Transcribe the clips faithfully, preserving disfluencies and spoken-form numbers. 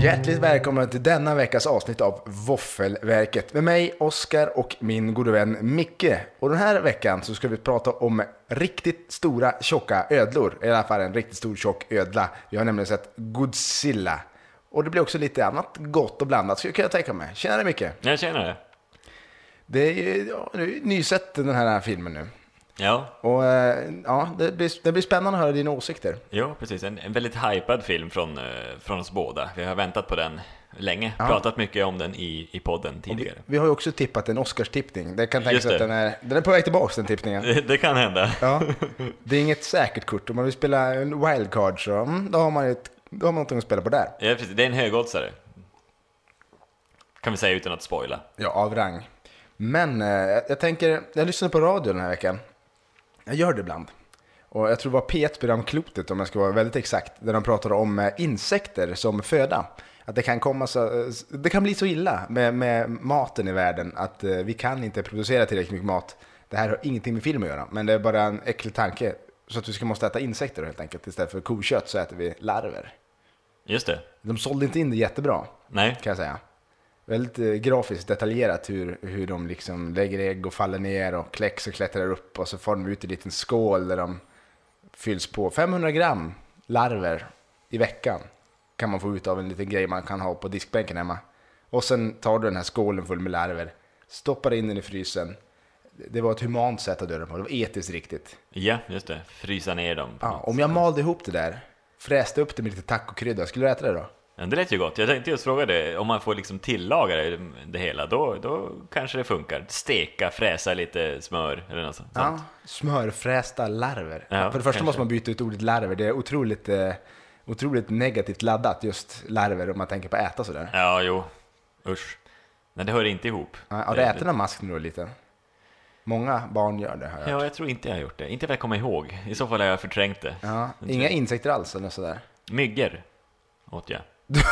Hjärtligt välkomna till denna veckas avsnitt av Våffelverket med mig, Oskar, och min gode vän Micke. Och den här veckan så ska vi prata om riktigt stora, tjocka ödlor. I alla fall en riktigt stor, tjock ödla. Vi har nämligen sett Godzilla. Och det blir också lite annat gott och blandat, så kan jag tänka mig. Tjena Micke. Jag känner det. Det är ju ja, nysett den här filmen nu. Ja. Och ja, det blir, det blir spännande att höra dina åsikter. Ja, precis. En, en väldigt hypad film från, från oss båda. Vi har väntat på den länge. Ja. Pratat mycket om den i, i podden tidigare. Vi, vi har ju också tippat en Oscars-tippning. Det kan tänka sig det. att den är, den är på väg tillbaka, den tippningen. Det, det kan hända. Ja. Det är inget säkert kort. Om man vill spela en wildcard så mm, då har man ju ett, då har man någonting att spela på där. Ja, precis. Det är en högoddsare. Kan vi säga utan att spoila. Ja, av rang. Men eh, jag tänker, jag lyssnade på radio den här veckan. Jag gör det ibland. Och jag tror det var P ett-program Klotet, om jag ska vara väldigt exakt, där de pratade om eh, insekter som föda. Att det kan komma så, det kan bli så illa med, med maten i världen att eh, vi kan inte producera tillräckligt mycket mat. Det här har ingenting med film att göra, men det är bara en äcklig tanke. Så att vi ska måste äta insekter helt enkelt. Istället för kokött så äter vi larver. Just det. De sålde inte in det jättebra, Nej. kan jag säga. Väldigt eh, grafiskt detaljerat hur, hur de liksom lägger ägg och faller ner och kläcks och klättrar upp. Och så får de ut i en liten skål där de fylls på. femhundra gram larver i veckan kan man få ut av en liten grej man kan ha på diskbänken hemma. Och sen tar du den här skålen full med larver, stoppar in den i frysen. Det var ett humant sätt att göra det på. Det var etiskt riktigt. Ja, just det. Frysa ner dem. Ja, om jag malde ihop det där, fräste upp det med lite tacokrydda, skulle du äta det då? Ja, det lät ju gott. Jag tänkte just fråga det. Om man får liksom tillaga det, det hela, då, då kanske det funkar. Steka, fräsa lite smör eller något sånt. Ja, smörfrästa larver. Ja, För det första kanske. måste man byta ut ordet larver. Det är otroligt, eh, otroligt negativt laddat, just larver, om man tänker på att äta sådär. Ja, jo. Usch. Nej, det hör inte ihop. Ja, har du ätit någon mask nu då lite? Många barn gör det, har jag hört. Ja, jag tror inte jag har gjort det. Inte vad jag kommer ihåg. I så fall har jag förträngt det. Ja, inga insekter alls eller sådär. Myggor åt jag.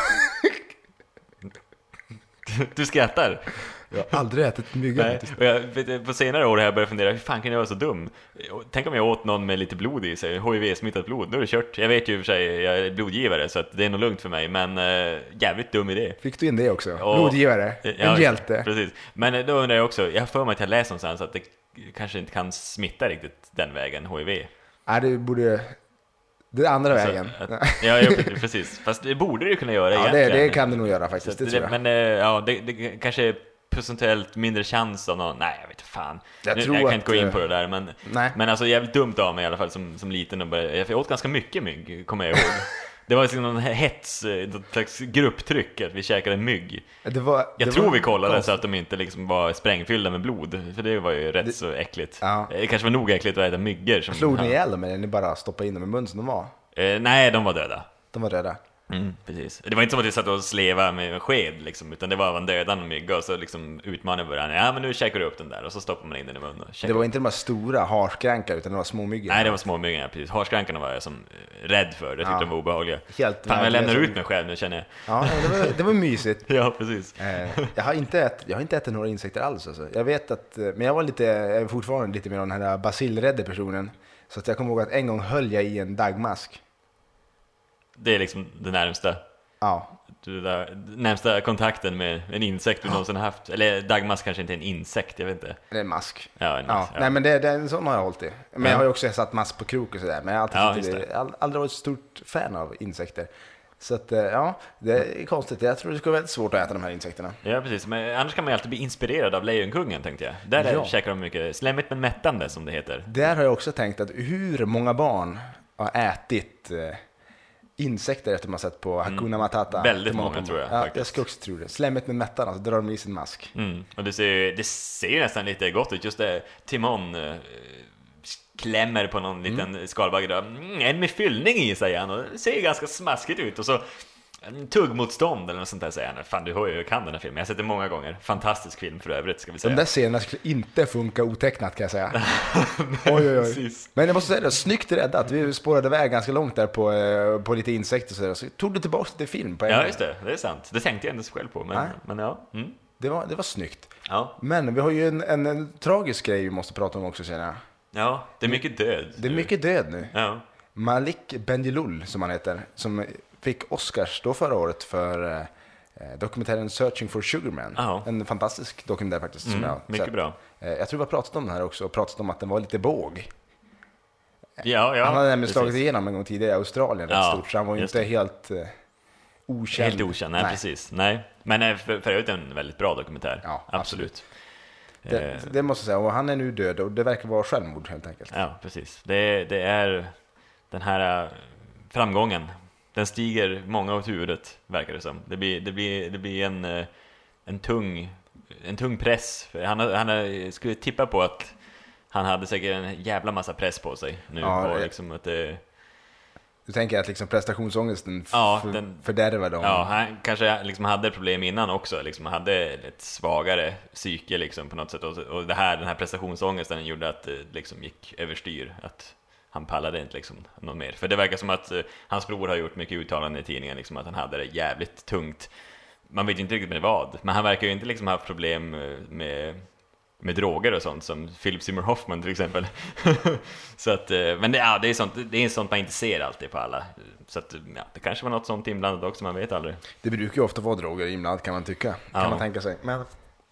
Du skrattar. Jag har aldrig ätit mygga. Nej. Och jag, vet, på senare år har jag börjat fundera, hur fan kan jag vara så dum? Tänk om jag åt någon med lite blod i sig, H I V-smittat blod, då är det kört. Jag vet ju för sig, jag är blodgivare, så att det är nog lugnt för mig. Men äh, jävligt dum idé. Fick du in det också? Och, Blodgivare, ja, en hjälte. Precis. Men då undrar jag också, jag har för mig att jag läst någonstans att det kanske inte kan smitta riktigt den vägen, H I V. Nej, det borde... Det är andra Så, vägen. att, ja, ja, precis. Fast det borde det ju kunna göra Ja, egentligen. det, det kan det nog göra faktiskt, Så det det, tror jag. Men äh, ja, det, det kanske är procentuellt mindre chans av någon. Nej, jag vet fan. Jag nu, tror jag kan att, inte gå in på det där, men, nej. men alltså jävligt dumt av mig i alla fall som, som liten och började, jag åt ganska mycket mygg, kommer jag ihåg. Det var liksom någon hets, något slags grupptryck att vi käkade mygg. Det var, Jag det tror var vi kollade konstigt. så att de inte liksom var sprängfyllda med blod, för det var ju rätt Det- så äckligt. Ja. Det kanske var nog äckligt att äta myggor som, Slog ni ihjäl dem eller ni bara stoppade in dem i munnen som de var? eh, Nej, de var döda. De var röda. Mm, precis. Det var inte som att jag satt och sleva med en sked liksom, utan det var en dödan mygga och så liksom utmanade varandra. Ja, men nu käkar du upp den där och så stoppar man in den i munnen. och käkar Det var upp. inte de här stora harskränkar utan det var små myggor. Nej, det var små myggor, ja, precis. Harskrankarna var jag som eh, rädd för. Jag tyckte Ja. de var obehagliga. Helt Fan, jag värdelösa lämnar ut myggor. mig själv nu, känner jag. Ja, det var, det var mysigt. Ja, precis. Eh, jag, har inte ätit, jag har inte ätit några insekter alls alltså. Jag vet att, eh, men jag var lite, jag är fortfarande lite mer den här basilrädde personen. Så att jag kommer ihåg att en gång höll jag i en dagmask. Det är liksom det närmsta. Ja, Du där, närmsta kontakten med en insekt du någonsin har haft. Eller dagmask kanske inte är en insekt, jag vet inte. det är en mask. Ja, en Ja, mask. Ja. nej men det, det är en sån har jag hållit i. Men Ja. jag har ju också satt mask på krok och sådär. Men jag har alltid, Ja, tyckt just det. Jag har aldrig varit ett stort fan av insekter. Så att, eh, ja, det är konstigt. Jag tror det skulle vara väldigt svårt att äta de här insekterna. Ja, precis. Men annars kan man ju alltid bli inspirerad av Lejonkungen, tänkte jag. Där Ja. ja. käkar de mycket slemmigt men mättande, som det heter. Där har jag också tänkt att hur många barn har ätit eh, insekter efter man sett på Hakuna Matata. Mm. Väldigt Timon och många, Pumba. tror jag, Ja, faktiskt. jag skulle också tro det. Slemmet med mättarna, så drar de i sin mask. Mm. Och det ser, det ser ju nästan lite gott ut. Just det, Timon eh, klämmer på någon liten mm. skalbagge där. Mm, en med fyllning i, säger han. Och det ser ju ganska smaskigt ut. Och så en tuggmotstånd eller något sånt där, säger han. Fan, du hör ju hur jag kan den här filmen. Jag har sett den många gånger. Fantastisk film för övrigt, ska vi säga. De där scenerna skulle inte funka otecknat, kan jag säga. Oj, oj, oj. Precis. Men jag måste säga det, snyggt räddat. Vi spårade iväg ganska långt där på, eh, på lite insekter och så där. Så tog du tillbaka till film på en Ja, gång. just det. Det är sant. Det tänkte jag inte själv på. Men, Nej. men ja. Mm. Det var, det var snyggt. Ja. Men vi har ju en, en, en tragisk grej vi måste prata om också, känner jag. Ja, det är mycket död. Det är mycket död nu. Ja. Malik Bendjelloul, som han heter, som fick Oscars då förra året för eh, dokumentären Searching for Sugar Man. Aha. En fantastisk dokumentär faktiskt. Mm, som jag mycket sett. bra. Eh, jag tror vi har pratat om den här också och pratat om att den var lite båg. Ja, ja, han hade nämligen precis. slagit igenom en gång tidigare i Australien rätt Ja, stort, så han var ju just inte helt eh, okänd. Helt okänd, nej, nej. precis. Nej. Men eh, för, för övrigt en väldigt bra dokumentär. Ja, absolut. Det, det måste jag säga, och han är nu död och det verkar vara självmord helt enkelt. Ja, precis. Det, det är den här äh, framgången. Den stiger många åt huvudet, verkar det som. Det blir, det blir, det blir en, äh, en, tung, en tung press. För han, han skulle tippa på att han hade säkert en jävla massa press på sig nu. Ja, på, det, liksom, att det, du tänker att liksom prestationsångesten f- ja, för, den, fördärvar dem? Ja, han kanske liksom hade problem innan också. Liksom, han hade ett svagare psyke liksom, på något sätt. Och, och det här, den här prestationsångesten gjorde att det liksom, gick överstyr. Att han pallade inte liksom, något mer. För det verkar som att uh, hans bror har gjort mycket uttalanden i tidningen. Liksom, att han hade det jävligt tungt. Man vet inte riktigt med vad. Men han verkar ju inte liksom, ha haft problem med... med droger och sånt som Philip Seymour Hoffman till exempel. Så att, men det, ja, det är sånt, det är sånt man inte ser alltid på alla. Så att, ja, det kanske var något sånt inblandat också, man vet aldrig. Det brukar ju ofta vara droger inblandat, kan man tycka. Kan ja. man tänka sig. Men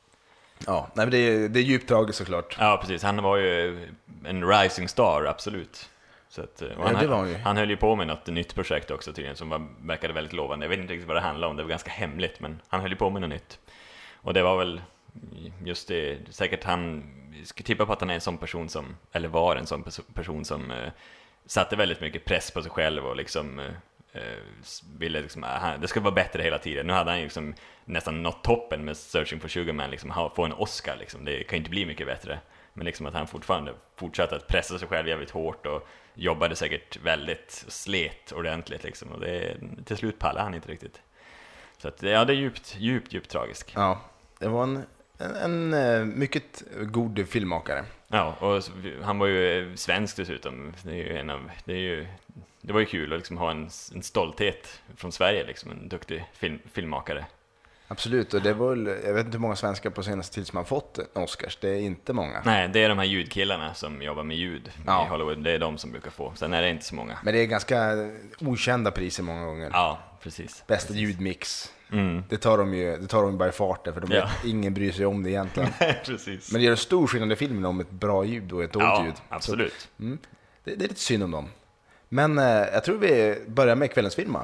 ja, nej, men det är, det är djupt tragiskt såklart. Ja, precis. Han var ju en rising star, absolut. Så att, och han, ja, det var han, ju. han höll ju på med något nytt projekt också tydligen som var, verkade väldigt lovande. Jag vet inte riktigt vad det handlade om, det var ganska hemligt, men han höll ju på med något nytt. Och det var väl just det, säkert han skulle tippa på att han är en sån person som, eller var en sån person som eh, satte väldigt mycket press på sig själv och liksom eh, ville liksom, han, det ska vara bättre hela tiden. Nu hade han ju liksom nästan nått toppen med Searching for Sugar Man, liksom, ha, få en Oscar liksom. Det kan ju inte bli mycket bättre. Men liksom att han fortfarande fortsatte att pressa sig själv jävligt hårt och jobbade säkert väldigt slet ordentligt liksom. Och det, till slut pallade han inte riktigt. Så att, ja, det är djupt, djupt, djupt tragiskt. Ja, det var en En, en mycket god filmmakare. Ja, och han var ju svensk dessutom. Det är ju en av, det är ju, det var ju kul att liksom ha en, en stolthet från Sverige, liksom en duktig film, filmmakare. Absolut, och det var väl, jag vet inte hur många svenskar på senaste tid som har fått Oscars. Det är inte många. Nej, det är de här ljudkillarna som jobbar med ljud ja. i Hollywood. Det är de som brukar få. Sen är det inte så många. Men det är ganska okända priser många gånger. Ja, precis. Bästa precis. ljudmix. Mm. Det tar de ju, det tar de bara i farten, för de ja. vet, ingen bryr sig om det egentligen. Nej, precis. Men det gör en stor skillnad i filmen om ett bra ljud och ett dåligt ja, ljud. absolut. Så, mm, det, det är lite synd om dem. Men eh, jag tror vi börjar med kvällens filma.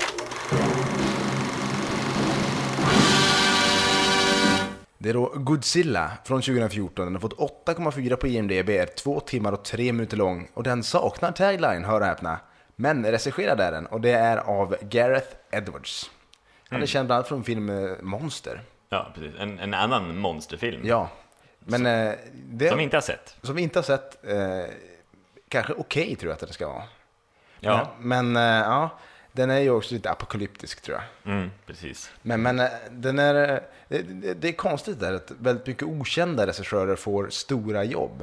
Det är då Godzilla från tjugo fjorton. Den har fått åtta komma fyra på I M D B, är två timmar och tre minuter lång. Och den saknar tagline, hör och häpna. Men regisserad är den, och det är av Gareth Edwards. Han är mm. känd bland annat från film Monster. Ja, precis. En, en annan monsterfilm. Ja. Men, som, eh, det, som vi inte har sett. Som vi inte har sett. Eh, kanske okej okay, tror jag att det ska vara. Ja. Men, men eh, ja, den är ju också lite apokalyptisk tror jag. Mm, precis. Men, men eh, den är, det, det är konstigt där att väldigt mycket okända regissörer får stora jobb.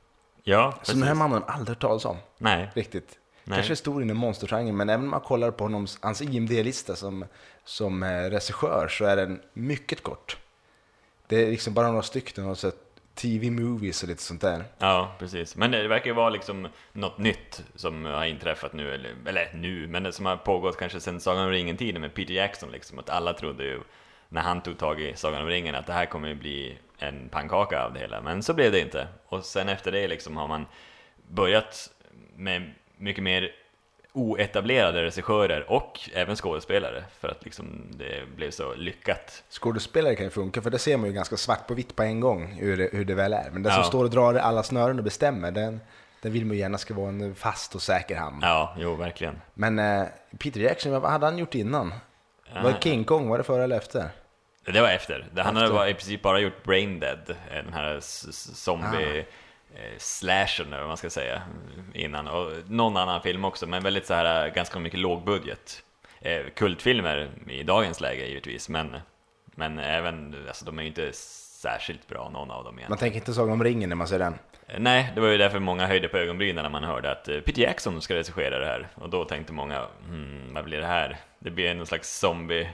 Ja, precis. Så den här mannen har aldrig hört talas om. Nej. Riktigt. Nej. Kanske är stor inom monstergenren, men även om man kollar på honom, hans I M D-lista som, som regissör, så är den mycket kort. Det är liksom bara några stycken och så T V-movies och lite sånt där. Ja, precis. Men det verkar ju vara liksom något nytt som har inträffat nu, eller, eller nu, men det som har pågått kanske sedan Sagan om ringen-tiden med Peter Jackson, liksom, att alla trodde ju när han tog tag i Sagan om ringen att det här kommer ju bli en pannkaka av det hela, men så blev det inte. Och sen efter det liksom har man börjat med mycket mer oetablerade regissörer och även skådespelare, för att liksom det blev så lyckat. Skådespelare kan ju funka, för det ser man ju ganska svart på vitt på en gång hur det, hur det väl är. Men den ja. som står och drar alla snören och bestämmer, den, den vill man ju gärna ska vara en fast och säker hamn. Ja, jo, verkligen. Men eh, Peter Jackson, vad hade han gjort innan? Ja. Var det King Kong, var det före eller efter? Det var efter. Det, han efter. hade i princip bara gjort Brain Dead, den här zombie... Ah. Slashern eller vad man ska säga innan, och någon annan film också, men väldigt så här ganska mycket lågbudget eh, kultfilmer i dagens läge givetvis, men, men även, alltså de är ju inte särskilt bra någon av dem egentligen. Man tänker inte Sagan om ringen när man ser den. Eh, nej, det var ju därför många höjde på ögonbrynen när man hörde att eh, Peter Jackson ska regissera det här, och då tänkte många, hmm, vad blir det här? Det blir någon slags zombie,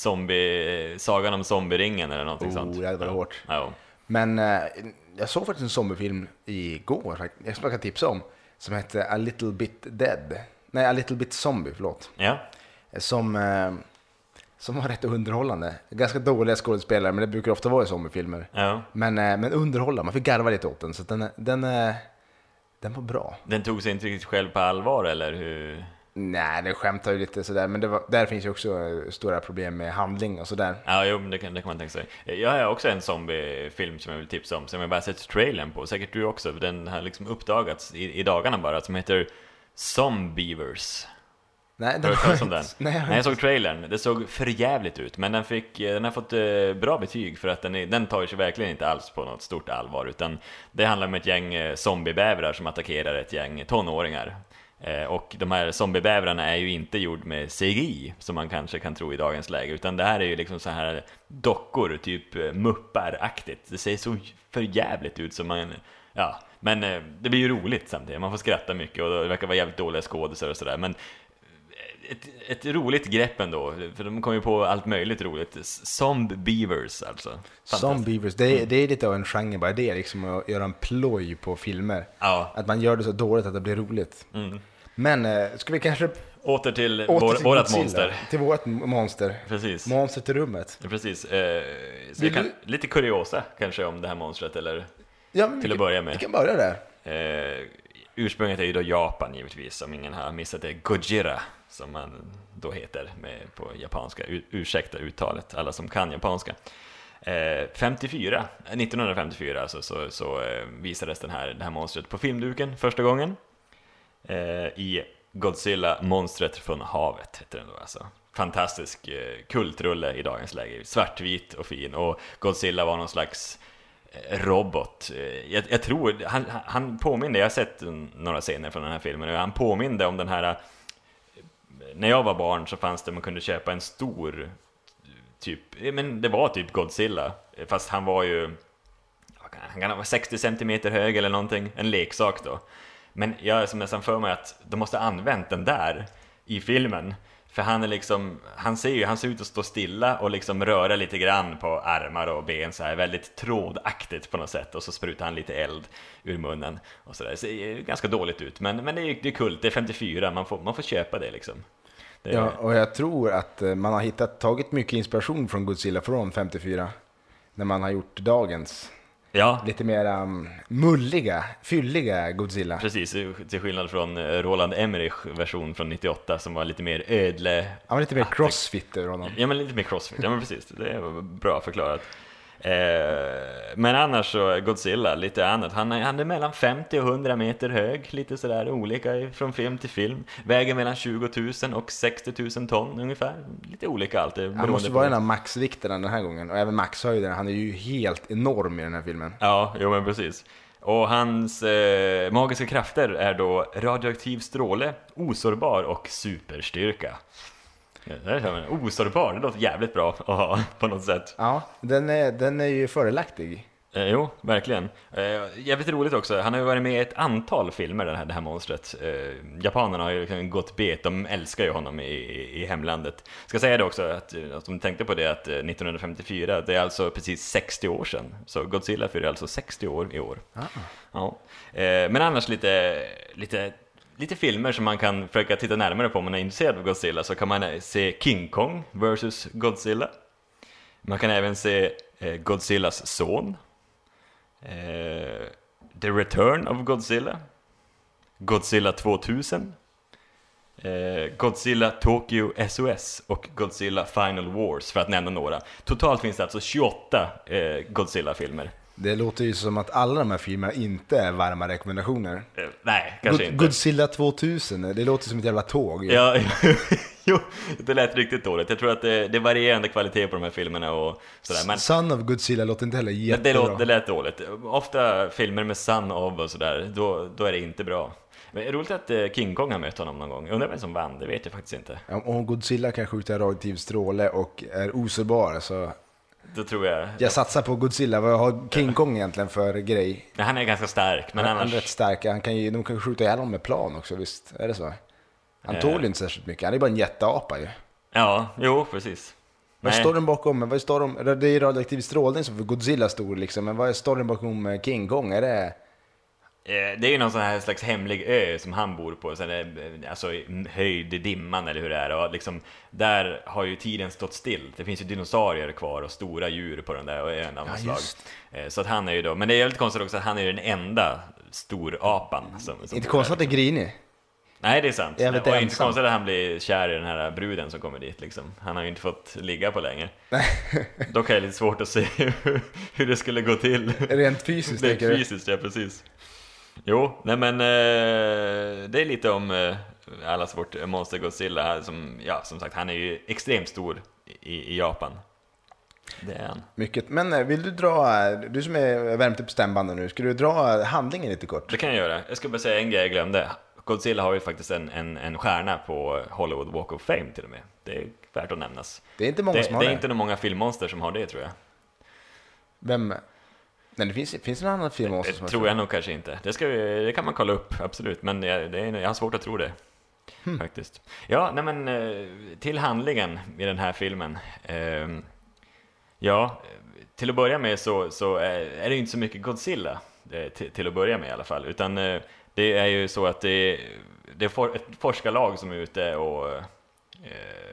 zombie sagan om zombie-ringen eller någonting oh, sånt. Det var ja. hårt. Ja. Men eh, jag såg faktiskt en zombiefilm igår, jag ska tipsa om, som heter A Little Bit Dead. Nej, A Little Bit Zombie, förlåt. Ja. som, eh, som var rätt underhållande. Ganska dåliga skådespelare, men det brukar ofta vara i zombiefilmer. Ja. Men, eh, men underhållande, man fick garva lite åt den, så den, den, eh, den var bra. Den tog sig inte riktigt själv på allvar, eller hur? Nej, den skämtar ju lite sådär, men det var, där finns ju också eh, stora problem med handling och sådär. Ja, jo, det kan, det kan man tänka sig. Jag har också en zombiefilm som jag vill tipsa om, som jag bara sett trailern på, säkert du också, för den har liksom uppdagats i, i dagarna bara, som heter Zombievers. Nej, Har du hört om den? Nej, jag, Nej, jag såg trailern, det såg för jävligt ut, men den, fick, den har fått eh, bra betyg för att den, är, den tar sig verkligen inte alls på något stort allvar, utan det handlar om ett gäng eh, zombiebävrar som attackerar ett gäng tonåringar. Eh, och de här zombiebävrarna är ju inte gjord med C G I, som man kanske kan tro i dagens läge, utan det här är ju liksom så här dockor, typ eh, muppar-aktigt. Det ser så för jävligt ut som man... Ja, men eh, det blir ju roligt samtidigt, man får skratta mycket och det verkar vara jävligt dåliga skådespelare och sådär, men Ett, ett roligt grepp ändå, för de kommer ju på allt möjligt roligt. Zombievers alltså. Zombievers, det är, det är lite av en genre bara det, liksom att göra en ploj på filmer. Ja. Att man gör det så dåligt att det blir roligt. Mm. Men eh, ska vi kanske Åter till, åter vår, till vårat Godzilla, monster. Till vårt monster. Precis. Monster till rummet. Precis. Eh, så Vill kan, du- Lite kuriosa kanske om det här monstret, eller Ja, men till vi, att börja med. vi kan börja där. Eh, ursprunget är ju då Japan givetvis, som ingen har missat, det är Gojira som man då heter med, på japanska. U- ursäkta uttalet, alla som kan japanska. Eh, femtiofyra, nittonhundrafemtiofyra alltså, så, så eh, visades den här, det här monstret på filmduken första gången eh, i Godzilla, monstret från havet heter den då alltså. Fantastisk eh, kultrulle i dagens läge, svartvit och fin, och Godzilla var någon slags robot. Jag, jag tror han, han påminner, jag har sett några scener från den här filmen, och han påminner om den här, när jag var barn så fanns det, man kunde köpa en stor typ, men det var typ Godzilla, fast han var ju, han kan vara sextio centimeter hög eller någonting, en leksak då. Men jag är som nästan för mig att de måste ha använt den där i filmen. För han är liksom, han ser ju, han ser ut att stå stilla och liksom röra lite grann på armar och ben så här, väldigt trådaktigt på något sätt, och så sprutar han lite eld ur munnen och så där. Det ser ganska dåligt ut, men, men det är det är kul, det är femtiofyra, man får, man får köpa det liksom. Det är... Ja, och jag tror att eh, man har hittat, tagit mycket inspiration från Godzilla från femtiofyra, när man har gjort dagens Ja, lite mer um, mulliga, fylliga Godzilla. precis, till skillnad från eh, Roland Emmerich version från nittioåtta som var lite mer ödle. Han var lite mer crossfit över honom. Ja, men lite mer crossfit, ja men precis, det var bra förklarat. Eh, men annars så Godzilla, lite annat. Han är, han är mellan femtio och hundra meter hög, lite sådär olika från film till film. Väger mellan tjugo tusen och sextio tusen ton ungefär. Lite olika alltid. Han måste vara en av Max-vikterna den här gången. Och även Max-höjden, han är ju helt enorm i den här filmen. Ja, jo men precis. Och hans eh, magiska krafter är då radioaktiv stråle, osårbar och superstyrka. Ja, det är osårbar, det låter jävligt bra att ha på något sätt. Ja, den är, den är ju fördelaktig. Eh, jo, verkligen. Eh, jävligt roligt också. Han har ju varit med i ett antal filmer, det här, det här monstret. Eh, japanerna har ju liksom gått bet, de älskar ju honom i, i, i hemlandet. Ska säga det också, att, att de tänkte på det, att eh, nittonhundrafemtiofyra, det är alltså precis sextio år sedan. Så Godzilla fyller alltså sextio år i år. Ah. Ja. Eh, men annars lite, lite, lite filmer som man kan försöka titta närmare på om man är intresserad av Godzilla. Så kan man se King Kong versus Godzilla. Man kan även se eh, Godzillas son. Eh, The Return of Godzilla, Godzilla tvåtusen, eh, Godzilla Tokyo S O S och Godzilla Final Wars, för att nämna några. Totalt finns det alltså tjugoåtta eh, Godzilla-filmer. Det låter ju som att alla de här filmerna inte är varma rekommendationer. eh, Nej, kanske God, inte. Godzilla tvåtusen, det låter som ett jävla tåg. Ja, jo, det lät riktigt dåligt. Jag tror att det, det är varierande kvalitet på de här filmerna och sådär, men Son of Godzilla låter inte heller det, jättebra. låt, det lät dåligt. Ofta filmer med Son of och sådär, då, då är det inte bra. Men det är roligt att eh, King Kong har mött honom någon gång. Jag undrar vem som vann, det vet jag faktiskt inte. Ja, om Godzilla kan skjuta radioaktiv stråle och är osårbar, så Då tror jag... jag satsar på Godzilla. Vad har King Kong egentligen för grej? Nej, han är ganska stark, men han, annars... han är rätt stark. Han kan ju, de kan ju skjuta ihjäl honom med plan också, visst? Är det så? Han Eh. tål inte särskilt mycket. Han är bara en jätteapa ju. Ja, jo, precis. Vad är Nej. storyn bakom? Vad är storyn? Det är radioaktiv strålning som för Godzilla stor liksom. Men vad är storyn bakom King Kong? Är det... Det är ju någon sån här slags hemlig ö som han bor på, sen är, alltså höjd i dimman eller hur det är, och liksom, där har ju tiden stått still. Det finns ju dinosaurier kvar och stora djur på den där och en annan Ja, slag. Så att han är ju då, men det är väldigt konstigt också att han är den enda storapan som, som Inte konstigt att det är grinig. Nej, det är sant. Jag vet Och ensam. inte konstigt att han blir kär i den här bruden som kommer dit liksom. Han har ju inte fått ligga på länge. Dock är det lite svårt att se hur, hur det skulle gå till. Rent fysiskt, Rent tänker du? fysiskt, ja precis. Jo, nej men eh, det är lite om eh, allas vårt monster Godzilla som, ja, som sagt, han är ju extremt stor i, i Japan. Det är han. Mycket. Men eh, vill du dra, du som är värmt upp stämbanden nu, ska du dra handlingen lite kort? Det kan jag göra. Jag ska bara säga en grej jag glömde. Godzilla har ju faktiskt en, en, en stjärna på Hollywood Walk of Fame till och med. Det är värt att nämnas. Det är inte många det, som har det. det. är inte många filmmonster som har det, tror jag. Vem? Nej, det finns, finns det någon annan film också Det som har tror det? jag nog kanske inte. Det, ska vi, det kan man kolla upp, absolut. Men det, det är, jag har svårt att tro det. Hmm. Faktiskt. Ja, nej men till handlingen i den här filmen. Eh, ja, till att börja med så, så är, är det inte så mycket Godzilla. Eh, till, till att börja med i alla fall. Utan eh, det är ju så att det, det är for, ett forskarlag som är ute och eh,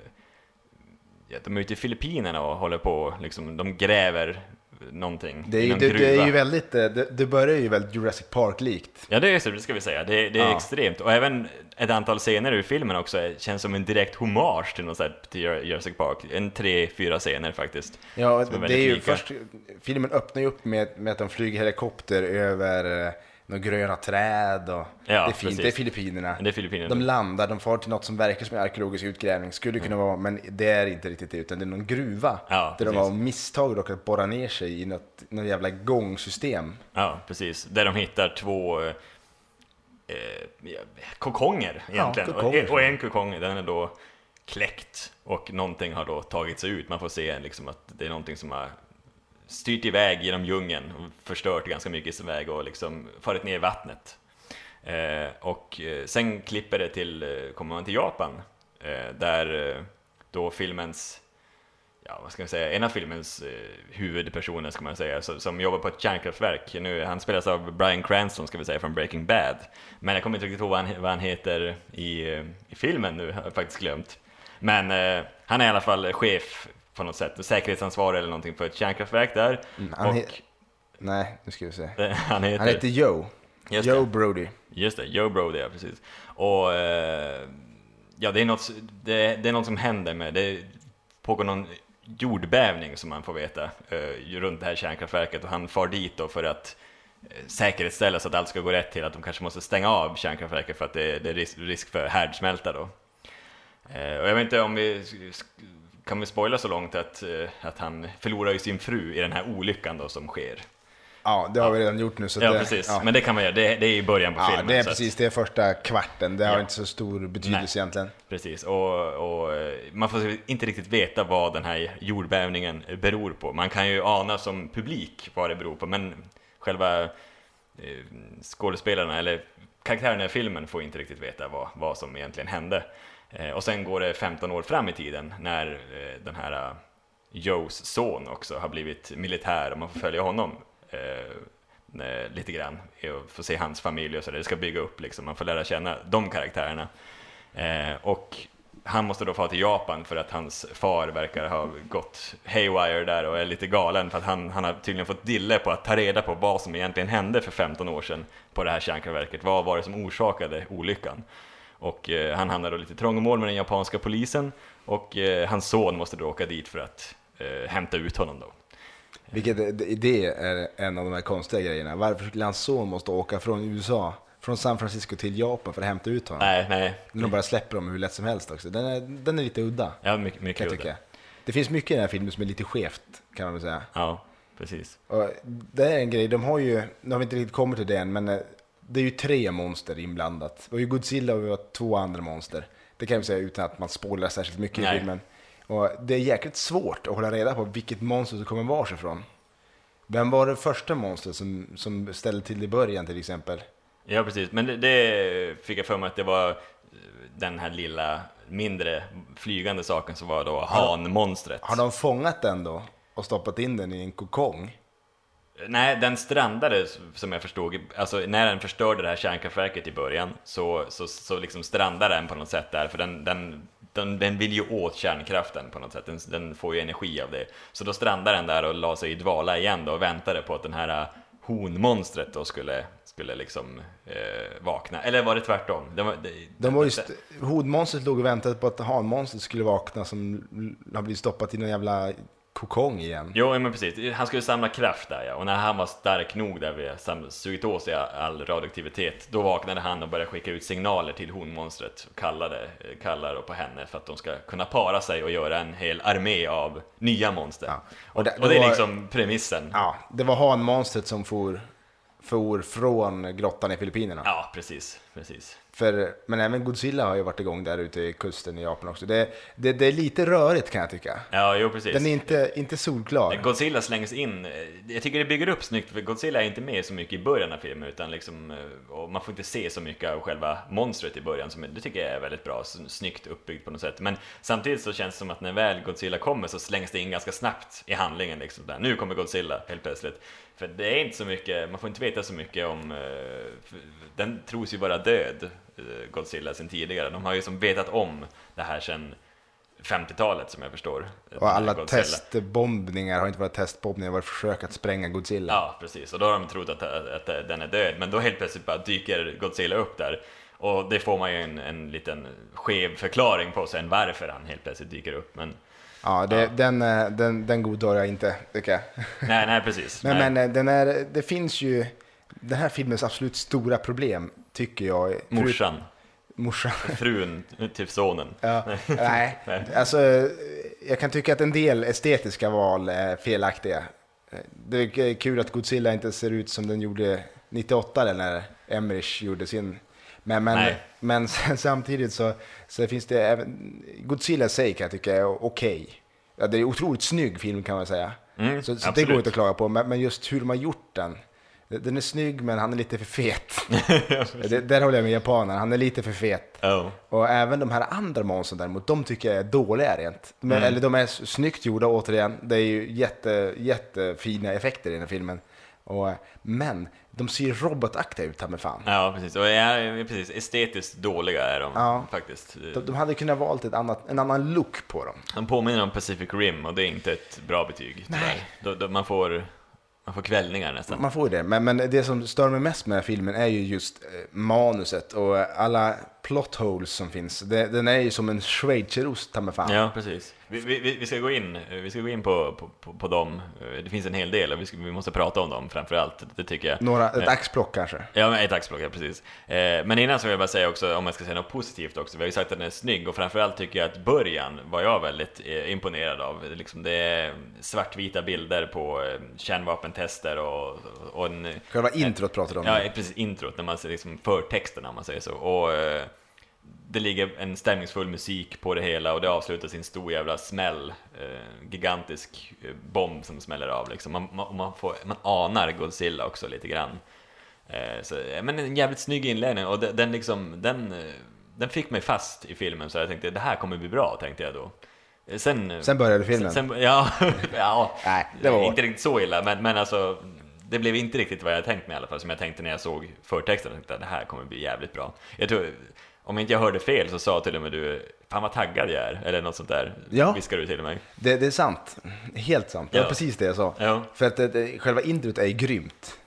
ja, de är ute i Filippinerna och håller på, liksom, de gräver någonting. Det är, ju, det, det är ju väldigt, det, det börjar ju väldigt Jurassic Park-likt. Ja, det är så, det ska vi säga. Det, det är ja. extremt. Och även ett antal scener ur filmen också känns som en direkt hommage till något sätt till Jurassic Park. En tre, fyra scener faktiskt. Ja, är det är ju lika. Först, filmen öppnar ju upp med, med att de flyger helikopter över några gröna träd och ja, det är fint, det är Filippinerna. Det är Filippinerna. De landar, de far till något som verkar som en arkeologisk utgrävning, skulle kunna vara, men det är inte riktigt det, utan det är någon gruva ja, där de har misstag och att borra ner sig i något, något jävla gångsystem. Ja, precis. Där de hittar två eh, ja, kokonger egentligen. Ja, kokonger. Och, och en kokong, den är då kläckt och någonting har då tagit sig ut. Man får se liksom att det är någonting som har styrt iväg genom djungeln och förstört ganska mycket i sin väg och liksom farit ner i vattnet. Eh, och eh, sen klipper det till, eh, kommer man till Japan, eh, där eh, då filmens, ja vad ska man säga, en av filmens eh, huvudpersoner ska man säga, så, som jobbar på ett kärnkraftverk. Nu, han spelas av Bryan Cranston, ska vi säga, från Breaking Bad. Men jag kommer inte riktigt ihåg vad han, vad han heter i, eh, i filmen nu, har jag faktiskt glömt. Men eh, han är i alla fall chef på något sätt, säkerhetsansvarig eller någonting för ett kärnkraftverk där. Mm, han och, he- nej, nu ska vi se. han, heter, han heter Joe. Just Joe det. Brody. Just det, Joe Brody, ja precis. Och eh, ja, det är något, det, det är något som händer med, det pågår någon jordbävning som man får veta eh, runt det här kärnkraftverket, och han far dit då för att eh, säkerhetsställa så att allt ska gå rätt till, att de kanske måste stänga av kärnkraftverket för att det, det är risk, risk för härdsmälta då. Eh, och jag vet inte om vi kan vi spoila så långt att, att han förlorar ju sin fru i den här olyckan då som sker. Ja, det har ja. vi redan gjort nu. Så ja, det, precis. Ja. Men det kan man göra. Det, det är i början på ja, filmen. Det är så precis, att, det är första kvarten. Det ja. har inte så stor betydelse. Nej. Egentligen. Precis. Och, och man får inte riktigt veta vad den här jordbävningen beror på. Man kan ju ana som publik vad det beror på, men själva eh, skådespelarna eller karaktärerna i filmen får inte riktigt veta vad, vad som egentligen hände. Eh, och sen går det femton år fram i tiden när eh, den här uh, Joes son också har blivit militär, och man får följa honom eh, lite grann och få se hans familj och så där. Det ska bygga upp liksom, man får lära känna de karaktärerna. Eh, och han måste då fara till Japan för att hans far verkar ha gått haywire där och är lite galen, för att han, han har tydligen fått dille på att ta reda på vad som egentligen hände för femton år sedan på det här kärnkraftverket. Vad var det som orsakade olyckan? Och eh, han hamnar då lite trångmål med den japanska polisen, och eh, hans son måste då åka dit för att eh, hämta ut honom då. Vilket det är en av de här konstiga grejerna. Varför skulle hans son måste åka från U S A, från San Francisco till Japan för att hämta ut honom? Nej, nej. De bara släpper dem hur lätt som helst också. Den är, den är lite udda. Ja, mycket, mycket udda. Tycka. Det finns mycket i den här filmen som är lite skevt, kan man väl säga. Ja, precis. Och det är en grej, de har ju, nu har vi inte riktigt kommit till det än, men det är ju tre monster inblandat. Det var ju Godzilla och vi var två andra monster. Det kan vi säga utan att man spoilar särskilt mycket Nej. i filmen. Och det är jäkligt svårt att hålla reda på vilket monster som kommer vars ifrån. Vem var det första monstret som, som ställde till i början till exempel? Ja, precis. Men det, det fick jag för mig att det var den här lilla, mindre flygande saken som var då hanmonstret. Har de fångat den då och stoppat in den i en kokong? Nej, den strandade som jag förstod. Alltså när den förstörde det här kärnkraftverket i början, så, så, så liksom strandade den på något sätt där. För den, den, den, den vill ju åt kärnkraften på något sätt. Den, den får ju energi av det. Så då strandade den där och la sig i dvala igen då, och väntade på att den här honmonstret då skulle, skulle liksom eh, vakna. Eller var det tvärtom? Det var, det, De var just, honmonstret låg och väntade på att hanmonstret skulle vakna, som har blivit stoppat i någon jävla kokong igen. Jo, men precis. Han skulle samla kraft där, ja. Och när han var stark nog där vi sam- sugit åt sig all radioaktivitet, då vaknade han och började skicka ut signaler till honmonstret och kallade, kallade på henne för att de ska kunna para sig och göra en hel armé av nya monster. Ja. Och, det, och det är var, liksom premissen. Ja, det var hanmonstret som for, for från grottan i Filippinerna. Ja, precis, precis. För, men även Godzilla har ju varit igång där ute i kusten i Japan också. Det, det, det är lite rörigt, kan jag tycka. Ja, jo, precis. Den är inte, inte solklar. Godzilla slängs in. Jag tycker det bygger upp snyggt, för Godzilla är inte med så mycket i början av filmen, utan liksom, och man får inte se så mycket av själva monstret i början, som det tycker jag är väldigt bra, snyggt uppbyggt på något sätt. Men samtidigt så känns det som att när väl Godzilla kommer så slängs det in ganska snabbt i handlingen liksom där. Nu kommer Godzilla helt plötsligt. För det är inte så mycket, man får inte veta så mycket om, den tros ju vara död, Godzilla, sen tidigare. De har ju som vetat om det här sen femtiotalet, som jag förstår. Och alla testbombningar har inte varit testbombningar, det har varit försök att spränga Godzilla. Ja, precis. Och då har de trott att, att, att den är död. Men då helt plötsligt bara dyker Godzilla upp där. Och det får man ju en, en liten skev förklaring på sen, varför han helt plötsligt dyker upp. Men ja, det, ja. Den, den, den godtar jag inte, tycker jag. Nej, nej, precis. Men, nej. men den är, det finns ju den här filmens absolut stora problem, tycker jag. Morsan. Morsan. Frun till sonen. Ja, nej, alltså jag kan tycka att en del estetiska val är felaktiga. Det är kul att Godzilla inte ser ut som den gjorde nittioåtta, eller när Emmerich gjorde sin. Men, men, men samtidigt så, så finns det även Godzilla sig, kan jag tycka är okej. Ja, det är en otroligt snygg film, kan man säga. Mm, så så det går inte att klaga på, men, men just hur de har gjort den. Den är snygg, men han är lite för fet. det, där håller jag med japanen. Han är lite för fet. Oh. Och även de här andra monstren däremot, de tycker jag är dåliga rent. Men, mm. Eller de är snyggt gjorda, återigen. Det är ju jätte, jättefina effekter i den här filmen. Och, men de ser robotaktiga ut här med fan. Ja, precis. Och är, precis, estetiskt dåliga är de, ja. faktiskt. De, de hade kunnat valt ett annat, en annan look på dem. De påminner om Pacific Rim, och det är inte ett bra betyg. Nej. Då, då, man får... Man får kvällningar nästan. Man får det, men, men det som stör mig mest med den här filmen är ju just eh, manuset och alla plot holes som finns. Det, den är ju som en schweizerost, ta med fan. Ja, precis. Vi, vi, vi ska gå in, vi ska gå in på, på, på, på dem. Det finns en hel del och vi, ska, vi måste prata om dem framförallt, det tycker jag. Några, ett axplock kanske. Ja, men ett axplock, ja, precis. Eh, men innan så vill jag bara säga också, om jag ska säga något positivt också. Vi har ju sagt att den är snygg, och framförallt tycker jag att början var jag väldigt eh, imponerad av. Liksom det är svartvita bilder på eh, kärnvapentester och, och en... Själva introt pratar du om. Ja, precis, introt, när man ser liksom förtexterna, om man säger så. Och... Eh, det ligger en stämningsfull musik på det hela, och det avslutas i en stor jävla smäll, eh, gigantisk eh, bomb som smäller av liksom. man, man, man, får, man anar Godzilla också lite grann, eh, så, men en jävligt snygg inledning, och den, den, liksom, den, den fick mig fast i filmen, så jag tänkte det här kommer bli bra, tänkte jag då. Sen, sen började filmen. Sen, sen, ja, ja Nej, det var inte riktigt så illa, men, men alltså det blev inte riktigt vad jag tänkt mig i alla fall, som jag tänkte när jag såg förtexten. Jag tänkte det här kommer bli jävligt bra. Jag tror, om inte jag hörde fel, så sa till och med du, fan vad taggad jag är, eller något sånt där. Ja, viskar du till mig. Det, det är sant, helt sant. Det var ja. precis det jag sa. Ja. För att det, själva introt är grymt.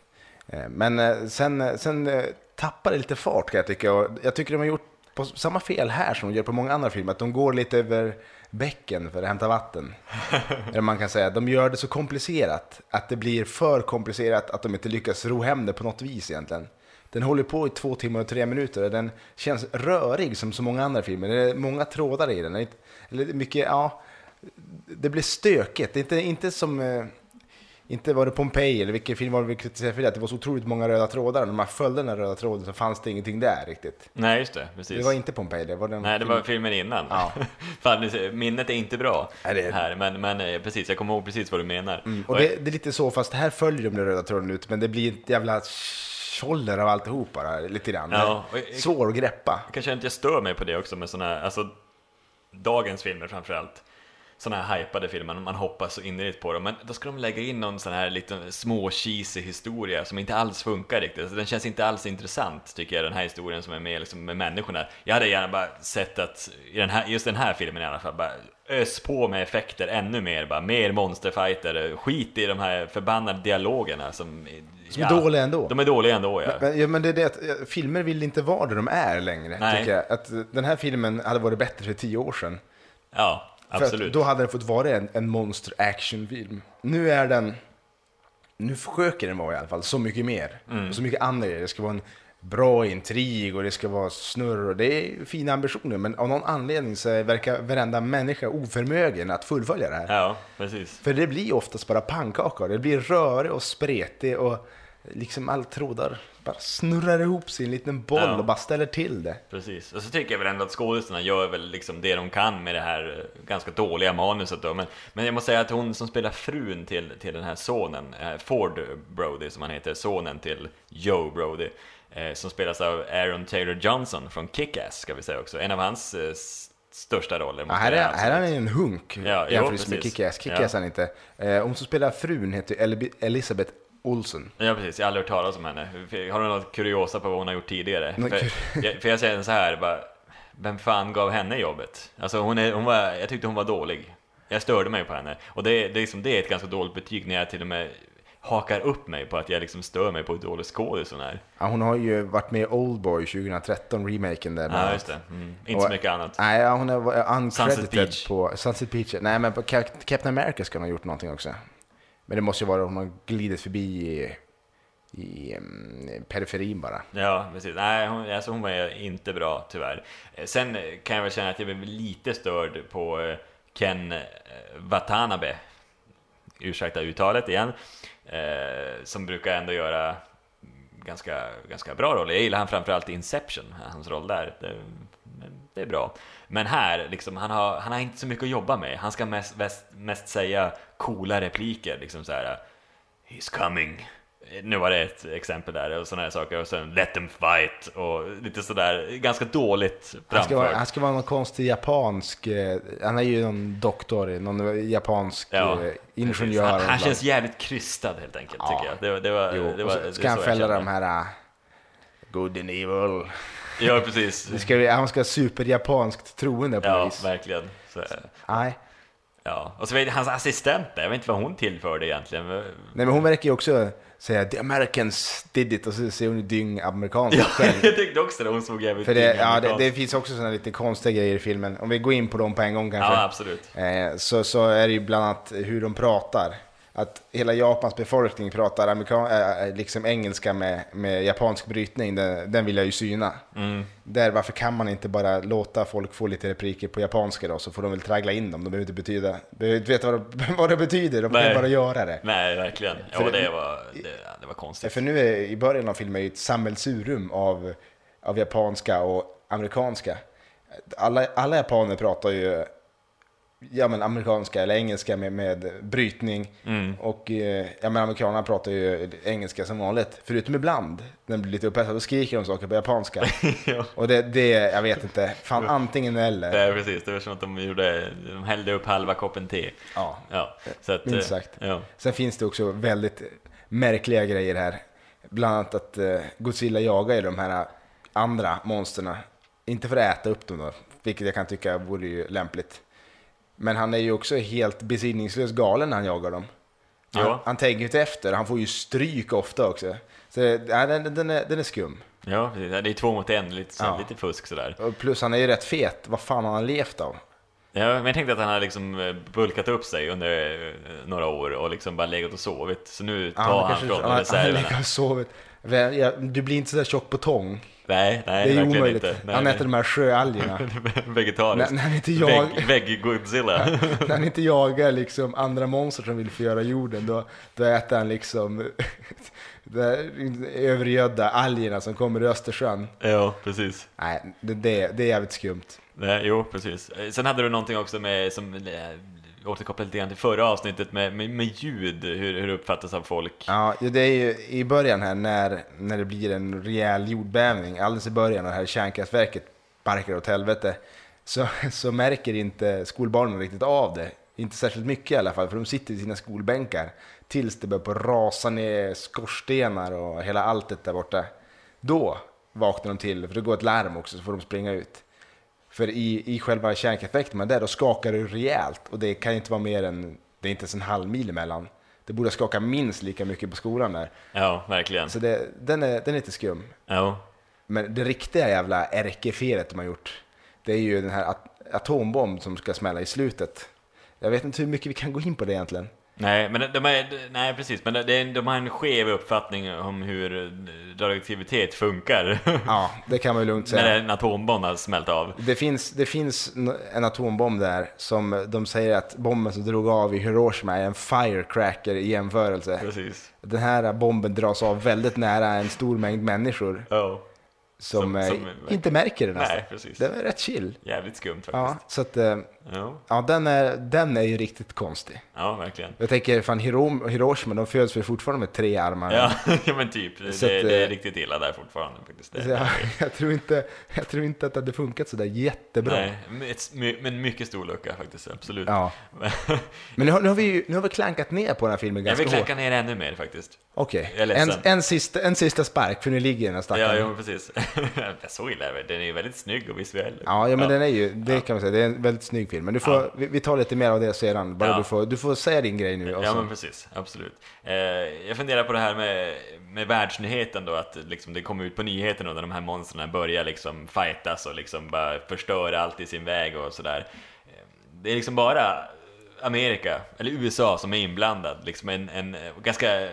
Men sen, sen tappar det lite fart, kan jag tycka. Och jag tycker de har gjort på samma fel här som de gör på många andra filmer, att de går lite över bäcken för att hämta vatten. Eller man kan säga, de gör det så komplicerat att det blir för komplicerat att de inte lyckas ro hem det på något vis egentligen. Den håller på i två timmar och tre minuter och den känns rörig som så många andra filmer. Det är många trådar i den. Eller mycket, ja, det blir stökigt. Det är inte, inte som... Inte var det Pompeji, eller vilken film var det vi kritiserade för det, att det var så otroligt många röda trådar, och när man följde den röda tråden så fanns det ingenting där riktigt. Nej, just det, precis. Det var inte Pompeji, det var den. Nej, det film... var filmen innan. Ja. Fan, minnet är inte bra. Nej, det är... här, men, men precis, jag kommer ihåg precis vad du menar. Mm. Och det, det är lite så, fast här följer de den röda tråden ut, men det blir ett jävla tjoller av alltihop bara, lite grann. Ja, svår att greppa. Kanske inte jag stör mig på det också med såna här, alltså dagens filmer framförallt. såna här hypade filmer, man hoppas så innerligt på dem, men då ska de lägga in någon sån här liten små cheesy historia som inte alls funkar riktigt. Alltså, den känns inte alls intressant, tycker jag, den här historien som är med, liksom, med människorna. Jag hade gärna bara sett att i den här, just den här filmen i alla fall, bara ös på med effekter ännu mer, bara mer monsterfighter, skit i de här förbannade dialogerna som, som ja, är dåliga ändå. De är dåliga ändå, ja. Men, ja, men det är det att filmer vill inte vara där de är längre, Nej. tycker jag. Att den här filmen hade varit bättre för tio år sedan. Ja, absolut. Då hade den fått vara en, en monster action-film. Nu är den, nu försöker den vara i alla fall så mycket mer. Mm. Och så mycket andra grejer. Det ska vara en bra intrig och det ska vara snurr och det är fina ambitioner, men av någon anledning så verkar varenda människa oförmögen att fullfölja det här. Ja, precis. För det blir oftast bara pannkakor. Det blir rörig och spretig och liksom allt trådar bara snurrar ihop sig i en liten boll, ja, och bara ställer till det. Precis. Och så tycker jag väl ändå att skådespelarna gör väl liksom det de kan med det här ganska dåliga manuset då. Men, men jag måste säga att hon som spelar frun till, till den här sonen, Ford Brody som han heter, sonen till Joe Brody, eh, som spelas av Aaron Taylor Johnson från Kick-Ass, ska vi säga också. En av hans eh, största roller. Ja, här, är, här är han en hunk, ja, jämfört med Kick-Ass. Kick-Ass ja. Han inte. Eh, hon som spelar frun heter El- Elisabeth Olsen. Ja, precis. Jag har aldrig hört talas om henne. Har du något kuriosa på vad hon har gjort tidigare? För jag, för jag säger så här, bara, vem fan gav henne jobbet? Alltså hon är, hon var, jag tyckte hon var dålig. Jag störde mig på henne. Och det, det, är liksom, det är ett ganska dåligt betyg när jag till och med hakar upp mig på att jag liksom stör mig på hur dålig skådis hon är. Ja, hon har ju varit med i Oldboy tjugohundratretton, remaken där. Ja, just det. Mm. Inte så mycket annat. Nej, ja, hon är uncredited Sunset Beach. på Sunset Beach. Nej, men på Captain America ska hon ha gjort någonting också. Men det måste ju vara att hon har glidit förbi i, i um, periferin bara. Ja, precis. Nej, hon, alltså hon var inte bra, tyvärr. Sen kan jag väl känna att jag blev lite störd på Ken Watanabe, ursäkta uttalet igen, eh, som brukar ändå göra ganska, ganska bra roll. Jag gillar han framförallt i Inception, hans roll där. Det, det är bra. Men här, liksom, han, har, han har inte så mycket att jobba med. Han ska mest, mest, mest säga coola repliker, liksom så här: he's coming. Nu var det ett exempel där och sådana här saker, och sen let them fight och lite sådär ganska dåligt framfört. Han ska vara, han ska vara någon konstig japansk, eh, han är ju någon doktor, någon japansk ja, eh, ingenjör. Han, han känns jävligt krystad helt enkelt, ja, tycker jag. Det, det var, jo, det var, så ska det han fälla de här uh, good and evil. Ja, precis. Det ska, han ska superjapanskt troende på ja, vis. Ja, verkligen. Så. Nej. Ja, och så vet hans assistent där, jag vet inte vad hon tillförde egentligen. Nej, men hon verkar ju också säga the Americans did it, och så ser hon dyng amerikansk ja, själv. Jag tyckte också det, hon såg jävligt för det, ja, det, det finns också sådana lite konstiga grejer i filmen. Om vi går in på dem på en gång kanske. Ja, absolut. Eh, så, så är det ju bland annat hur de pratar. Att hela Japans befolkning pratar amerikan, äh, liksom engelska med, med japansk brytning, den, den vill jag ju syna. Mm. Där, varför kan man inte bara låta folk få lite repliker på japanska då, så får de väl traggla in dem. De behöver inte betyda, behöver inte veta vad det, vad det betyder, de kan bara göra det. Nej, verkligen. Ja, för det var, det, det var konstigt. För nu är i början av filmen ett samhällsurum av, av japanska och amerikanska. Alla, alla japaner pratar ju ja, men amerikanska eller engelska med, med brytning. Mm. Och eh, ja, men amerikanerna pratar ju engelska som vanligt. Förutom ibland, när de blir lite upphetsade, då skriker de saker på japanska. Ja. Och det, det, jag vet inte, fan antingen eller. Det är precis, det var som att de gjorde, de hällde upp halva koppen te. Ja, ja. Så att, minst sagt. Ja. Sen finns det också väldigt märkliga grejer här. Bland annat att eh, Godzilla jagar ju de här andra monsterna. Inte för att äta upp dem då, vilket jag kan tycka vore ju lämpligt. Men han är ju också helt besinningslös galen när han jagar dem. Han, ja. han tänker inte efter, han får ju stryk ofta också. Så ja, den, den, är, den är skum. Ja, det är två mot en, lite, så, ja. lite fusk sådär. Och plus han är ju rätt fet, vad fan har han levt av? Ja, men jag tänkte att han har liksom bulkat upp sig under några år och liksom bara legat och sovit. Så nu tar ja, han kanske, från han, reserverna. Han har sovit. Du blir inte så där tjock på tång. Nej, nej, det är verkligen omöjligt. Inte. Nej, han nej. äter de här sjöalgerna. Vegetariskt. När, när inte jag... Vägg, vägg Godzilla. När han inte jagar liksom andra monster som vill förgöra jorden, då, då äter han liksom övergödda algerna som kommer i Östersjön. Ja, precis. Nej, det, det, det är jävligt skumt. Nej, jo, precis. Sen hade du någonting också med som återkopplat lite grann till förra avsnittet med, med, med ljud, hur, hur det uppfattas av folk. Ja, det är ju i början här när, när det blir en rejäl jordbävning, alldeles i början när det här kärnkraftverket barkar åt helvete, så, så märker inte skolbarnen riktigt av det Inte särskilt mycket i alla fall, för de sitter i sina skolbänkar tills det börjar på rasa ner skorstenar och hela alltet där borta. Då vaknar de till, för det går ett larm också, så får de springa ut. För i, i själva kärnkraftverken där, då skakar det rejält. Och det kan ju inte vara mer än, det är inte ens en halv mil emellan. Det borde skaka minst lika mycket på skolan där. Ja, verkligen. Så det, den, är, den är lite skum. Ja. Men det riktiga jävla ärkefelet de har gjort, det är ju den här at- atombomb som ska smälla i slutet. Jag vet inte hur mycket vi kan gå in på det egentligen. Nej, men de är, nej, precis. Men det, de har en skev uppfattning om hur radioaktivitet funkar. Ja, det kan man ju lugnt säga. När en atombomb har smält av. Det finns, det finns en atombomb där som de säger att bomben som drog av i Hiroshima är en firecracker i jämförelse. Precis. Den här bomben dras av väldigt nära en stor mängd människor. Ja. Som, som, som eh, inte märker det nästan. Nej, precis. Det är rätt chill. Jävligt skumt faktiskt. Ja, så att, eh, ja. ja, den, är, den är ju riktigt konstig. Ja, verkligen. Jag tänker, fan, Hirom, Hiroshima, de föds väl fortfarande med tre armar. Ja, ja men typ. Det, så att, det är riktigt illa där fortfarande faktiskt. Det, jag, jag, tror inte, jag tror inte att det hade funkat så där jättebra. Nej, men mycket stor lucka faktiskt, absolut. Ja. Men nu har, nu, har vi, nu har vi klankat ner på den här filmen ganska hårt. Jag vill klanka ner ännu mer faktiskt. Okej, okay. en, en, sista, en sista spark, för nu ligger den här stackaren. Ja, ja, precis. Så illa är det. Den är ju väldigt snygg och visuell. Ja, ja men ja. Den är ju, det ja. kan man säga, det är en väldigt snygg film. Men du får, ja. vi, vi tar lite mer av det sedan. Bara ja. du, får, du får säga din grej nu. Ja, men precis, absolut. Eh, jag funderar på det här med, med världsnyheten då, att liksom, det kommer ut på nyheterna när de här monstren börjar liksom fightas och liksom bara förstöra allt i sin väg och sådär. Det är liksom bara Amerika, eller U S A som är inblandad. Liksom en, en ganska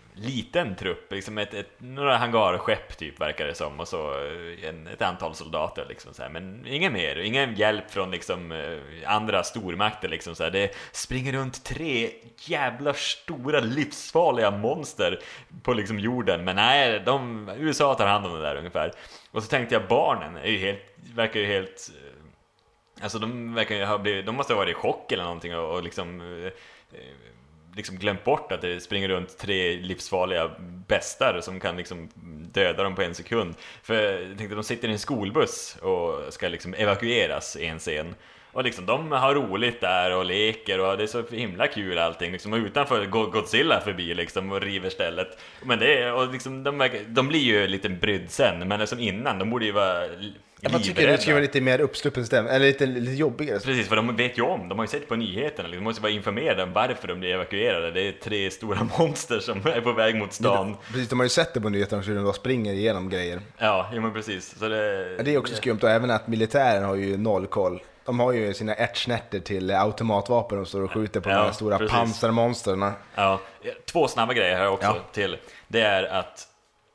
liten trupp, liksom ett, ett, några hangarskepp typ verkar det som, och så en, ett antal soldater liksom så här. Men ingen mer, ingen hjälp från liksom andra stormakter liksom så här. Det springer runt tre jävla stora livsfarliga monster på liksom jorden, men nej, de, U S A tar hand om det där ungefär. Och så tänkte jag, barnen är ju helt, verkar ju helt, alltså de verkar ju ha blivit, de måste ha varit i chock eller någonting och, och liksom eh, liksom glömt bort att det springer runt tre livsfarliga bestar som kan liksom döda dem på en sekund. För jag tänkte, de sitter i en skolbuss och ska liksom evakueras i en scen. Och liksom, de har roligt där och leker och det är så himla kul allting. Liksom, och utanför går Godzilla förbi liksom, och river stället. Men det är, och liksom, de, de blir ju lite brydd sen, men liksom innan, de borde ju vara jag tycker det ska vara lite mer uppsluppen stäm, eller lite, lite jobbigare. Precis, för de vet ju om, de har ju sett på nyheterna, de måste vara informerade om varför de blir evakuerade. Det är tre stora monster som är på väg mot stan. Precis, de har ju sett det på nyheterna, så de då springer igenom grejer. Ja, ja men precis. Så det, ja, det är också skumt, och även att militären har ju noll koll. De har ju sina ärtsnärter till automatvapen och står och skjuter på ja, de här stora precis. pansarmonsterna. Ja, två snabba grejer här också ja. till. Det är att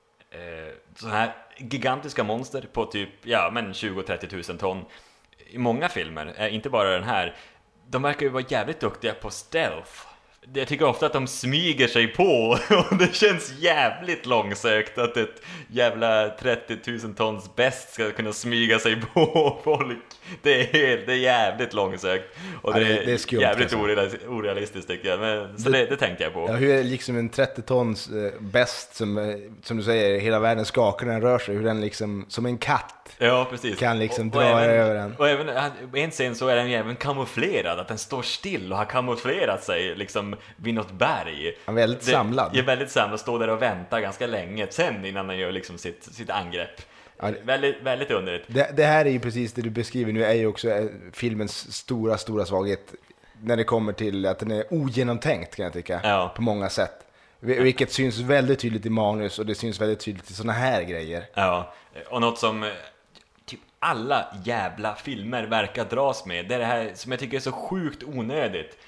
eh, så här gigantiska monster på typ ja, men tjugo till trettio tusen ton i många filmer, inte bara den här, de verkar ju vara jävligt duktiga på stealth. Jag tycker ofta att de smyger sig på och det känns jävligt långsökt att ett jävla trettio tusen tons bäst ska kunna smyga sig på folk. Det är, det är jävligt långsökt och det, ja, det, det är skumt, jävligt alltså. orealistiskt tycker jag. Men, så det, det tänkte jag på. Ja, hur är liksom en trettio tons eh, bäst som, som du säger, hela världen skakar när den rör sig, hur den liksom, som en katt ja, precis. kan liksom och, dra och även, över den. Och även en scen så är den ju även kamouflerad, att den står still och har kamouflerat sig liksom vid något berg. Han är väldigt det, samlad. Är väldigt samlad och står där och väntar ganska länge sen innan han gör liksom sitt, sitt angrepp. Ja, det, väldigt, väldigt underligt. Det, det här är ju precis det du beskriver nu, är ju också filmens stora, stora svaghet när det kommer till att den är ogenomtänkt, kan jag tycka, ja. på många sätt. Vilket syns väldigt tydligt i manus och det syns väldigt tydligt i såna här grejer. Ja, och något som typ alla jävla filmer verkar dras med, det är det här som jag tycker är så sjukt onödigt.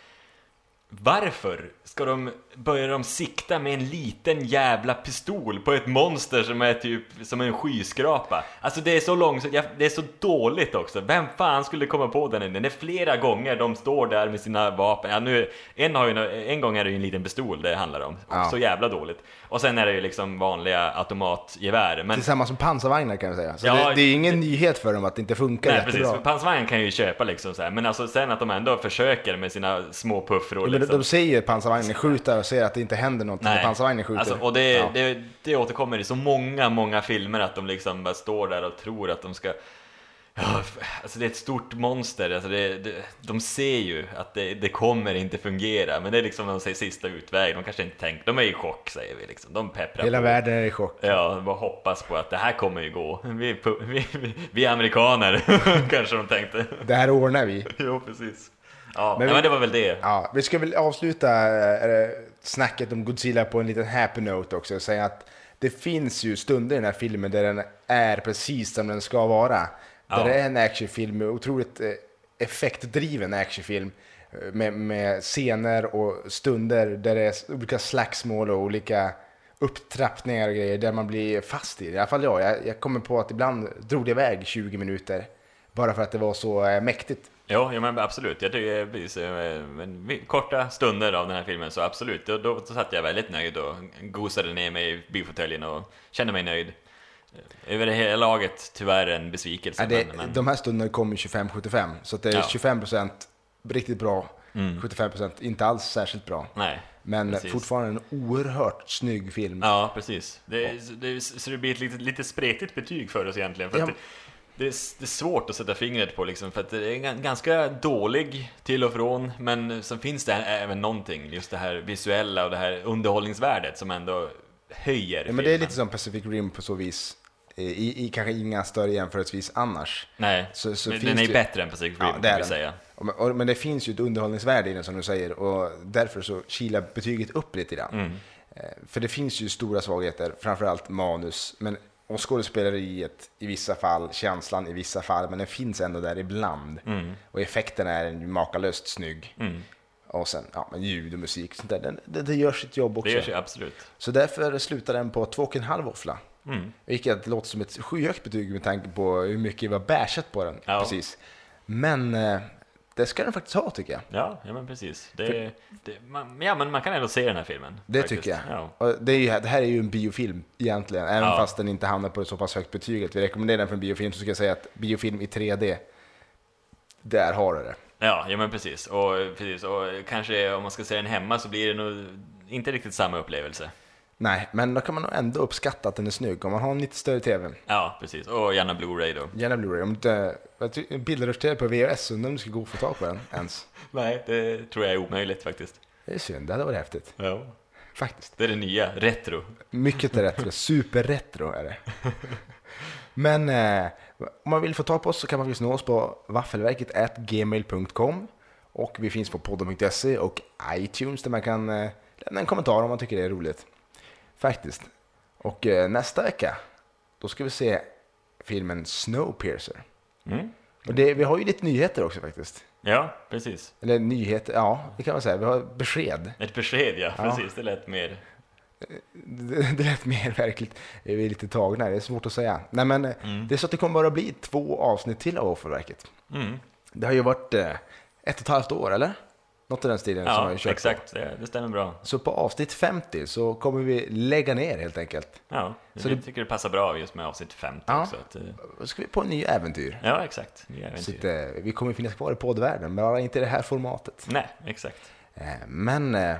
Varför ska de börja de sikta med en liten jävla pistol på ett monster som är typ som en skyskrapa? Alltså det är så långt, det är så dåligt också. Vem fan skulle komma på den idén? Det är flera gånger de står där med sina vapen. Ja, nu, en, har ju, en gång är det ju en liten pistol det handlar om. Ja. Så jävla dåligt. Och sen är det ju liksom vanliga automatgevär. Men... tillsammans med pansarvagnar kan jag säga. Så ja, det, det är ingen nyhet för dem att det inte funkar nej, jättebra. Precis. Pansarvagnen kan ju köpa liksom så här. Men alltså sen att de ändå försöker med sina små puffror. Ja, liksom. De ser ju pansarvagnen skjuta och ser att det inte händer något när pansarvagnen skjuter. Alltså, och det, ja. det, det återkommer i så många, många filmer att de liksom bara står där och tror att de ska... Ja, alltså det är ett stort monster, alltså det, det, de ser ju att det, det kommer inte fungera, men det är liksom de säger sista utväg, de kanske inte tänker, de är i chock säger vi liksom, de pepprar Hela på. världen är i chock. Ja, de bara hoppas på att det här kommer ju gå, vi, vi, vi, vi är amerikaner, kanske de tänkte. Det här ordnar vi. Jo, precis. Ja, men, vi, men det var väl det. Ja, vi ska väl avsluta äh, snacket om Godzilla på en liten happy note också och säga att det finns ju stunder i den här filmen där den är precis som den ska vara. Ja. Där det är en actionfilm, otroligt eh, effektdriven actionfilm med, med scener och stunder där det är olika slagsmål och olika upptrappningar och grejer där man blir fast i det. I alla fall jag, jag, jag kommer på att ibland drog det iväg tjugo minuter bara för att det var så eh, mäktigt. Ja, ja, men absolut. Jag tycker men, korta stunder av den här filmen, så absolut. Då, då, då satt jag väldigt nöjd och gosade ner mig i bifåtöljen och kände mig nöjd. Över det hela laget tyvärr en besvikelse. Ja, det, men, men... De här stunderna kommer tjugofem sjuttiofem, så att det är ja. tjugofem procent riktigt bra, mm. sjuttiofem procent inte alls särskilt bra. Nej, men precis. Fortfarande en oerhört snygg film. Ja, precis. Det, det, så det blir ett lite, lite spretigt betyg för oss egentligen. För ja. att det, Det är, det är svårt att sätta fingret på liksom, för att det är ganska dålig till och från, men så finns det även någonting, just det här visuella och det här underhållningsvärdet som ändå höjer ja, men det är lite som Pacific Rim på så vis, i, i kanske inga större jämförelsevis annars. Nej, så, så men den är ju bättre än Pacific Rim, ja, kan vi säga. Och, och, men det finns ju ett underhållningsvärde i den som du säger, och därför så kilar betyget upp lite grann. Mm. För det finns ju stora svagheter, framförallt manus, men och skådespeleriet i vissa fall, känslan i vissa fall, men den finns ändå där ibland. Mm. Och effekten är en makalöst snygg. Mm. Och sen, ja, men ljud och musik, sånt där, det, det, det gör sitt jobb också. Det gör sig, absolut. Så därför slutar den på två och en halv våffla. Mm. Vilket låter som ett skyhögt betyg med tanke på hur mycket vi har bärsat på den. Ja. Precis. Men eh, det ska den faktiskt ha, tycker jag. Ja, ja men precis. Det, För, det, man, ja, men man kan ändå se den här filmen. Det faktiskt. Tycker jag. Ja. Och det, är ju, det här är ju en biofilm egentligen. Även ja. fast den inte hamnar på ett så pass högt betyg att vi rekommenderar den för en biofilm, så ska jag säga att biofilm i tre D, där har du det. Ja, ja men precis. Och, precis. Och kanske om man ska se den hemma så blir det nog inte riktigt samma upplevelse. Nej, men då kan man nog ändå uppskatta att den är snygg om man har en lite större tv. Ja, precis. Och gärna Blu-ray då. Gärna Blu-ray. Om inte bilder på V H S, undrar om du ska gå och få tag på den ens. Nej, det tror jag är omöjligt faktiskt. Det är synd, det hade varit häftigt. Ja. Faktiskt. Det är det nya, retro. Mycket är retro, superretro är det. Men eh, om man vill få tag på oss så kan man nå oss på waffelverket at gmail punkt com. Och vi finns på podden punkt se och iTunes där man kan eh, lämna en kommentar om man tycker det är roligt. Faktiskt. Och eh, nästa vecka då ska vi se filmen Snowpiercer. Mm. Och det, vi har ju lite nyheter också faktiskt. Ja, precis. Eller nyheter, ja, det kan man säga. Vi har besked. Ett besked, ja, ja. Precis. Det lät mer... Det, det lät mer verkligt. Vi är lite tagna, det är svårt att säga. Nej, men mm. det är så att det kommer bara bli två avsnitt till av Waffelverket. Mm. Det har ju varit eh, ett och ett halvt år, eller? Något i den stilen ja, som har kört exakt. Det, det stämmer bra. Så på avsnitt femtio så kommer vi lägga ner helt enkelt. Ja, så jag tycker det passar bra just med avsnitt femtio ja, också. Att, då ska vi på en ny äventyr. Ja, exakt. Ny äventyr. Så att, eh, vi kommer finnas kvar i poddvärlden, men bara inte i det här formatet. Nej, exakt. Eh, men, eh,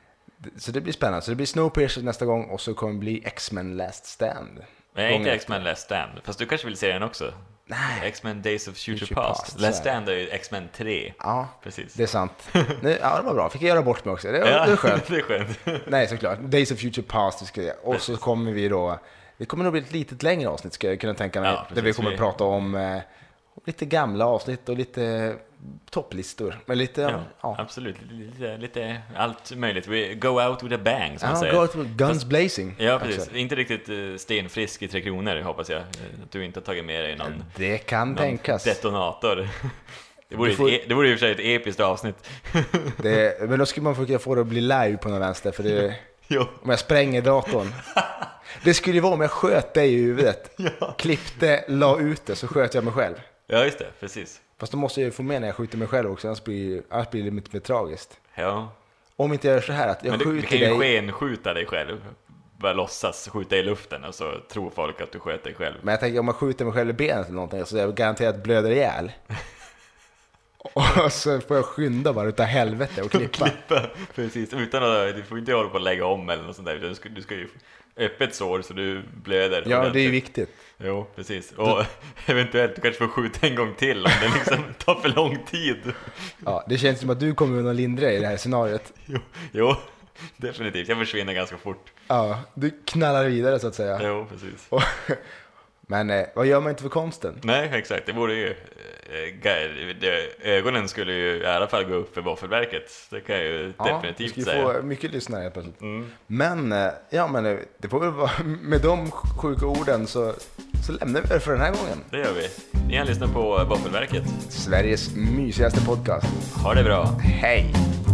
så det blir spännande. Så det blir Snowpiercer nästa gång och så kommer det bli X-Men Last Stand. Nej, inte X-Men Last Stand. Fast du kanske vill se den också. Nej. X-Men Days of Future, Future Past. Past. Last Stand är ju X-Men tre. Ja, precis. Det är sant. Nu, ja, det var bra. Fick jag göra bort mig också. Det, ja, det är skönt. Det är skönt. Nej, såklart. Days of Future Past. Ska jag. Och så kommer vi då... Det kommer nog bli ett litet längre avsnitt, ska jag kunna tänka mig. Ja, där vi kommer att prata om eh, lite gamla avsnitt och lite topplistor. Men lite, ja, ja. Absolut. Lite, lite allt möjligt. We go out with a bang, som ja, man säger. Go out with guns Fast, blazing. Ja, precis. Också. Inte riktigt stenfrisk i Tre Kronor, hoppas jag. Att du inte har tagit med dig någon, det kan någon tänkas. detonator. Det vore, får... ett, det vore i och för sig ett episkt avsnitt. Det, men då skulle man försöka få det att bli live på någon vänster. För det, jo. Om jag spränger datorn. Det skulle ju vara om jag sköt dig i huvudet. Ja. Klippte, la ut det, så sköt jag mig själv. Ja, just det, precis. Fast då måste jag ju få med när jag skjuter mig själv också. Annars blir, annars blir det lite mer tragiskt. Ja. Om inte jag gör så här att jag men du, skjuter du kan ju dig... skenskjuta dig själv. Bara låtsas skjuta i luften och så tror folk att du sköt dig själv. Men jag tänker om man skjuter mig själv i benet eller någonting så jag garanterat blöder ihjäl. Och så får jag skynda bara utav helvete och klippa. klippa. Precis, utan att du får inte hålla på att lägga om eller något sånt där. Du ska, du ska ju öppet sår så du blöder. Ja, det är ju viktigt. Jo, precis. Och du... eventuellt du kanske får skjuta en gång till om det liksom tar för lång tid. Ja, det känns som att du kommer undan lindra i det här scenariot. Jo, jo, definitivt. Jag försvinner ganska fort. Ja, du knallar vidare så att säga. Jo, precis. Och, men eh, vad gör man inte för konsten? Nej, exakt. Det borde ju... Eh, det, ögonen skulle ju i alla fall gå upp för Våffelverket. Det kan jag ju ja, definitivt säga. säga. Ja, få mycket lyssnare helt plötsligt. Mm. Men, eh, ja men eh, det får väl vara... Med de sjuka orden så, så lämnar vi det för den här gången. Det gör vi. Ni har lyssnat på Våffelverket. Sveriges mysigaste podcast. Ha det bra. Hej!